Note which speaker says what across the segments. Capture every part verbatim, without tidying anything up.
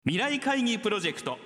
Speaker 1: 未来会議プロジェクト。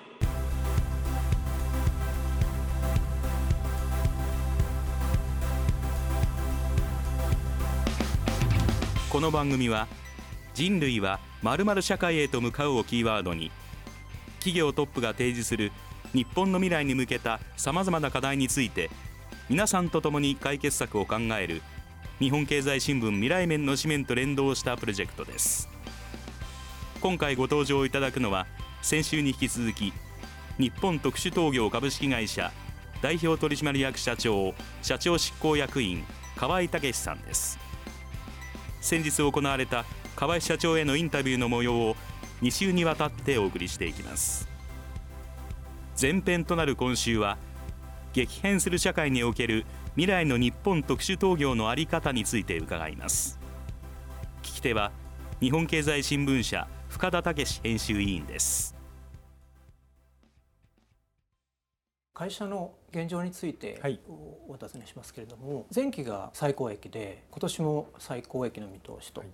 Speaker 1: この番組は人類は〇〇社会へと向かうをキーワードに、企業トップが提示する日本の未来に向けたさまざまな課題について皆さんと共に解決策を考える日本経済新聞未来面の紙面と連動したプロジェクトです。今回ご登場いただくのは、先週に引き続き日本特殊陶業株式会社代表取締役社長社長執行役員河合武さんです。先日行われた河合社長へのインタビューの模様をに週にわたってお送りしていきます。前編となる今週は、激変する社会における未来の日本特殊陶業の在り方について伺います。聞き手は日本経済新聞社深田武編集委員です。
Speaker 2: 会社の現状についてお尋ねしますけれども、はい、前期が最高益で今年も最高益の見通しと、はい、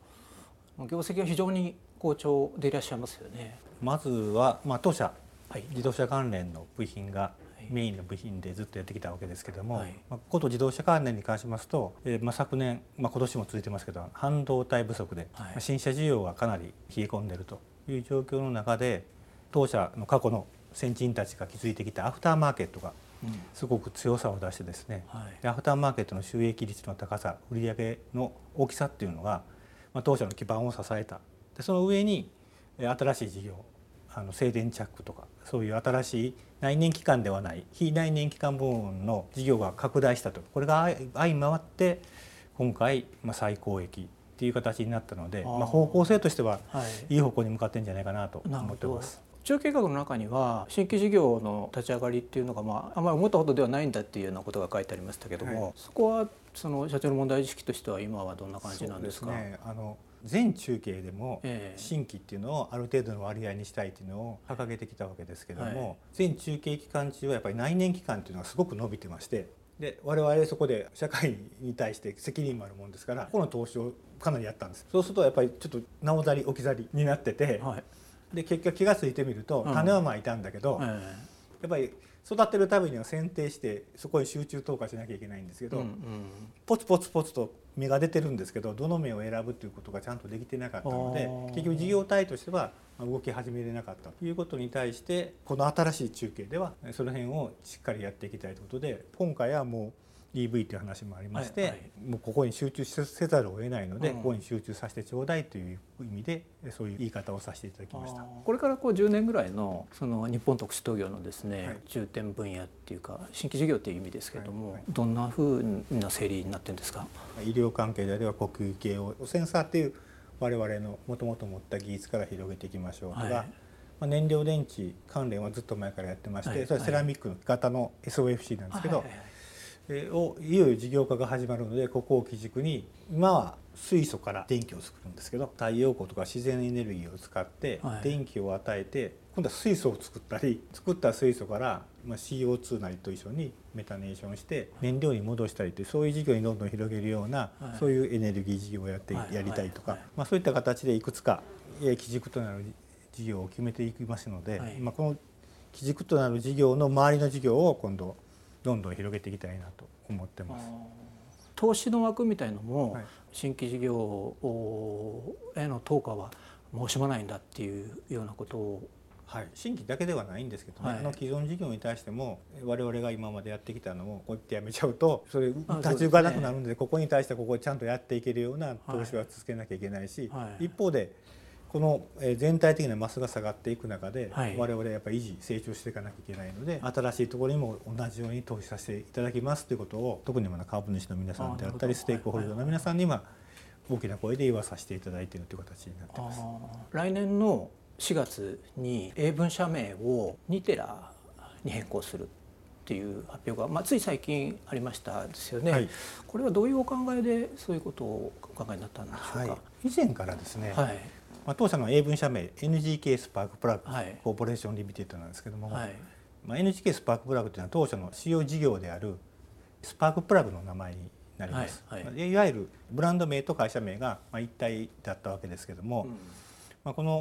Speaker 2: 業績は非常に好調でいらっしゃいますよね。
Speaker 3: まずは、まあ、当社、はい、自動車関連の部品がメインの部品でずっとやってきたわけですけれども、はい、まあ、こと自動車関連に関しますと、えーまあ、昨年、まあ、今年も続いてますけど半導体不足で、はい、まあ、新車需要がかなり冷え込んでいるという状況の中で、当社の過去の先人たちが築いてきたアフターマーケットがすごく強さを出してですね、うん、はい、でアフターマーケットの収益率の高さ、売上の大きさっていうのが、まあ、当社の基盤を支えた。でその上に新しい事業、あの静電チャックとかそういう新しい内燃機関ではない非内燃機関部門の事業が拡大したと、これが相まって今回、まあ、最高益っていう形になったので、まあ、方向性としてはいい方向に向かってるんじゃないかなと思ってます。
Speaker 2: 中計画の中には新規事業の立ち上がりっていうのが、まあ、あんまり思ったほどではないんだっていうようなことが書いてありましたけども、はい、そこはその社長の問題意識としては今はどんな感じなんですか？
Speaker 3: そうですね、あの全中計でも新規っていうのをある程度の割合にしたいっていうのを掲げてきたわけですけども、はい、全中計期間中はやっぱり内燃機関っていうのがすごく伸びてまして、で我々そこで社会に対して責任もあるもんですから、この投資をかなりやったんです。そうするとやっぱりちょっとなおざり置き去りになってて、はい、で結局気が付いてみると種はまいたんだけど、うん、やっぱり育てるためには選定してそこに集中投下しなきゃいけないんですけど、うんうん、ポツポツポツと芽が出てるんですけど、どの芽を選ぶということがちゃんとできてなかったので、結局事業体としては動き始めれなかったということに対して、この新しい中継ではその辺をしっかりやっていきたいということで、今回はもうイーブイ という話もありまして、はいはい、もうここに集中せざるを得ないので、うん、ここに集中させてちょうだいという意味でそういう言い方をさせていただきました。
Speaker 2: これからこうじゅうねんぐらい の, その日本特殊陶業のですね、はい、重点分野っていうか新規事業という意味ですけれども、はいはい、どんなふうな整理になってるんですか？
Speaker 3: 医療関係であれば呼吸系をセンサーっていう我々のもともと持った技術から広げていきましょうとか、はい、まあ、燃料電池関連はずっと前からやってまして、はい、それはセラミック型の エスオーエフシー なんですけど、はいはいはい、をいよいよ事業化が始まるので、ここを基軸に今は水素から電気を作るんですけど、太陽光とか自然エネルギーを使って電気を与えて、はい、今度は水素を作ったり、作った水素から シーオーツー なりと一緒にメタネーションして燃料に戻したりという、そういう事業にどんどん広げるような、はい、そういうエネルギー事業をやってやりたいとか、まあ、そういった形でいくつか基軸となる事業を決めていきますので、はい、まあ、この基軸となる事業の周りの事業を今度どんどん広げていきたいなと思ってます。
Speaker 2: 投資の枠みたいのも、はい、新規事業への投下は申し分ないんだっていうようなことを、
Speaker 3: はい、新規だけではないんですけどね、はい、あの既存事業に対しても我々が今までやってきたのをこうやってやめちゃうとそれ立ち行かなくなるので、ここに対してここちゃんとやっていけるような投資は続けなきゃいけないし、はい、一方でこの全体的なマスが下がっていく中で、はい、我々はやっぱり維持成長していかなきゃいけないので、新しいところにも同じように投資させていただきますということを、特に株主の皆さんであったりステークホルダーの皆さんには大きな声で言わさせていただいているという形になっています。
Speaker 2: 来年のしがつに英文社名をにテラに変更するっていう発表が、まあ、つい最近ありましたですよね、はい、これはどういうお考えでそういうことをお考えになったんでしょうか？はい、
Speaker 3: 以前からですね、はい、まあ、当社の英文社名 エヌジーケー スパークプラグコーポレーションリミテッドなんですけども、はい、まあ、エヌジーケー スパークプラグというのは当社の主要事業であるスパークプラグの名前になります、はいはい、いわゆるブランド名と会社名が一体だったわけですけども、うん、まあ、この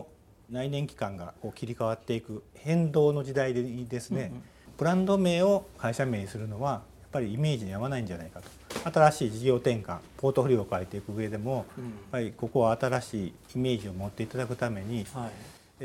Speaker 3: 内燃機関がこう切り替わっていく変動の時代でですね、うんうん、ブランド名を会社名にするのはやっぱりイメージに合わないんじゃないかと。新しい事業転換、ポートフォリオを変えていく上でも、うん、やっぱりここは新しいイメージを持っていただくために、はい、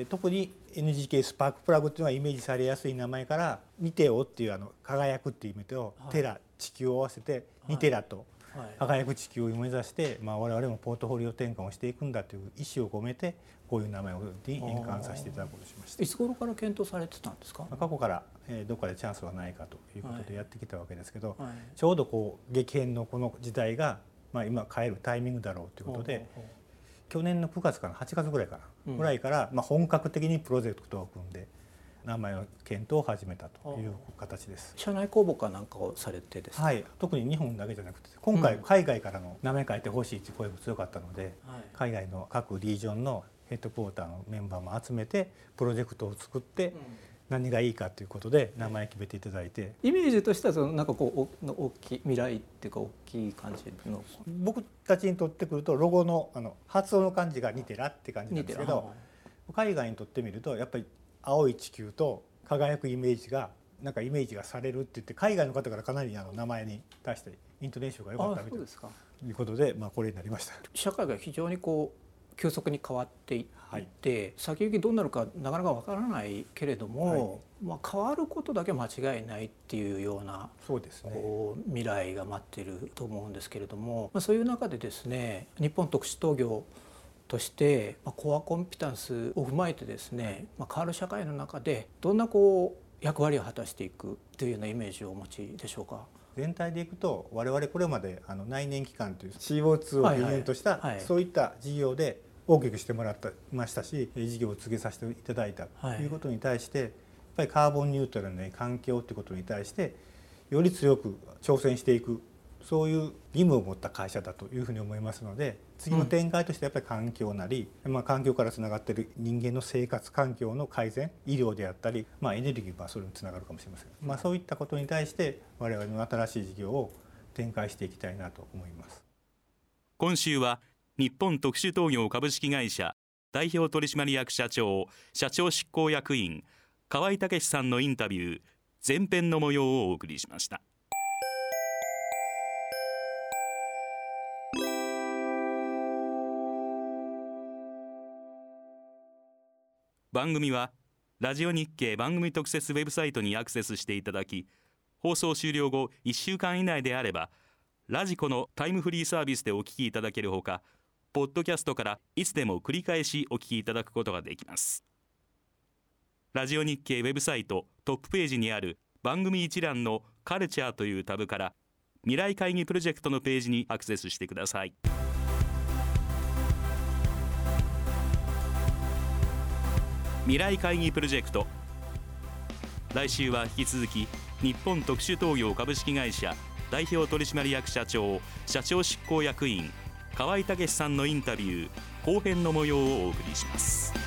Speaker 3: 特に エヌジーケー スパークプラグっていうのはイメージされやすい名前からニテオっていうあの輝くっていう意味と、はい、テラ地球を合わせてニテラと輝く地球を目指して、まあ、我々もポートフォリオ転換をしていくんだという意思を込めてこういう名前に変換させていただくことをしました。
Speaker 2: いつ頃から検討されてたんですか？
Speaker 3: 過去から、えー、どこかでチャンスはないかということでやってきたわけですけど、はいはい、ちょうどこう激変のこの時代が、まあ、今変えるタイミングだろうということで、去年のくがつからはちがつぐらいかな、ぐらいから、まあ、本格的にプロジェクトを組んで名前の検討を始めたという形です。
Speaker 2: 社内公募かなんかをされてですね、
Speaker 3: はい、特に日本だけじゃなくて今回海外からの名前変えてほしいという声も強かったので、うん、海外の各リージョンのヘッドクォーターのメンバーも集めてプロジェクトを作って何がいいかということで名前決めていただいて、
Speaker 2: イメージとしてはそのなんかこう大きい未来っていうか大きい感じの、
Speaker 3: 僕たちにとってくるとロゴのあの発音の感じがニテラって感じなんですけど、海外にとってみるとやっぱり青い地球と輝くイメージがなんかイメージがされるって言って海外の方からかなりあの名前に対してイントネーションが良かったみたいということで、まあ、これになりました。
Speaker 2: 社会が非常にこう急速に変わっていって、はい、先行きどうなるかなかなかわからないけれども、はい、まあ、変わることだけ間違いないっていうような
Speaker 3: そうですね、
Speaker 2: こう未来が待っていると思うんですけれども、まあ、そういう中でですね、日本特殊陶業としてコアコンピタンスを踏まえてですね、まあ、変わる社会の中でどんなこう役割を果たしていくというようなイメージをお持ちでしょうか？
Speaker 3: 全体でいくと我々これまであの内燃機関という シーオーツー を原源としたそういった事業で大きくしてもらってましたし、事業を続けさせていただいたということに対して、やっぱりカーボンニュートラルな環境ということに対してより強く挑戦していく、そういう義務を持った会社だというふうに思いますので、次の展開としてやっぱり環境なり、うん、まあ、環境からつながっている人間の生活環境の改善、医療であったり、まあ、エネルギーはそれにつながるかもしれません、まあ、そういったことに対して我々の新しい事業を展開していきたいなと思います。
Speaker 1: 今週は日本特殊陶業株式会社代表取締役社長社長執行役員河合武さんのインタビュー前編の模様をお送りしました。番組はラジオ日経番組特設ウェブサイトにアクセスしていただき、放送終了後いっしゅうかん以内であればラジコのタイムフリーサービスでお聞きいただけるほか、ポッドキャストからいつでも繰り返しお聞きいただくことができます。ラジオ日経ウェブサイトトップページにある番組一覧のカルチャーというタブから未来会議プロジェクトのページにアクセスしてください。未来会議プロジェクト、来週は引き続き日本特殊陶業株式会社代表取締役社長社長執行役員河合武さんのインタビュー後編の模様をお送りします。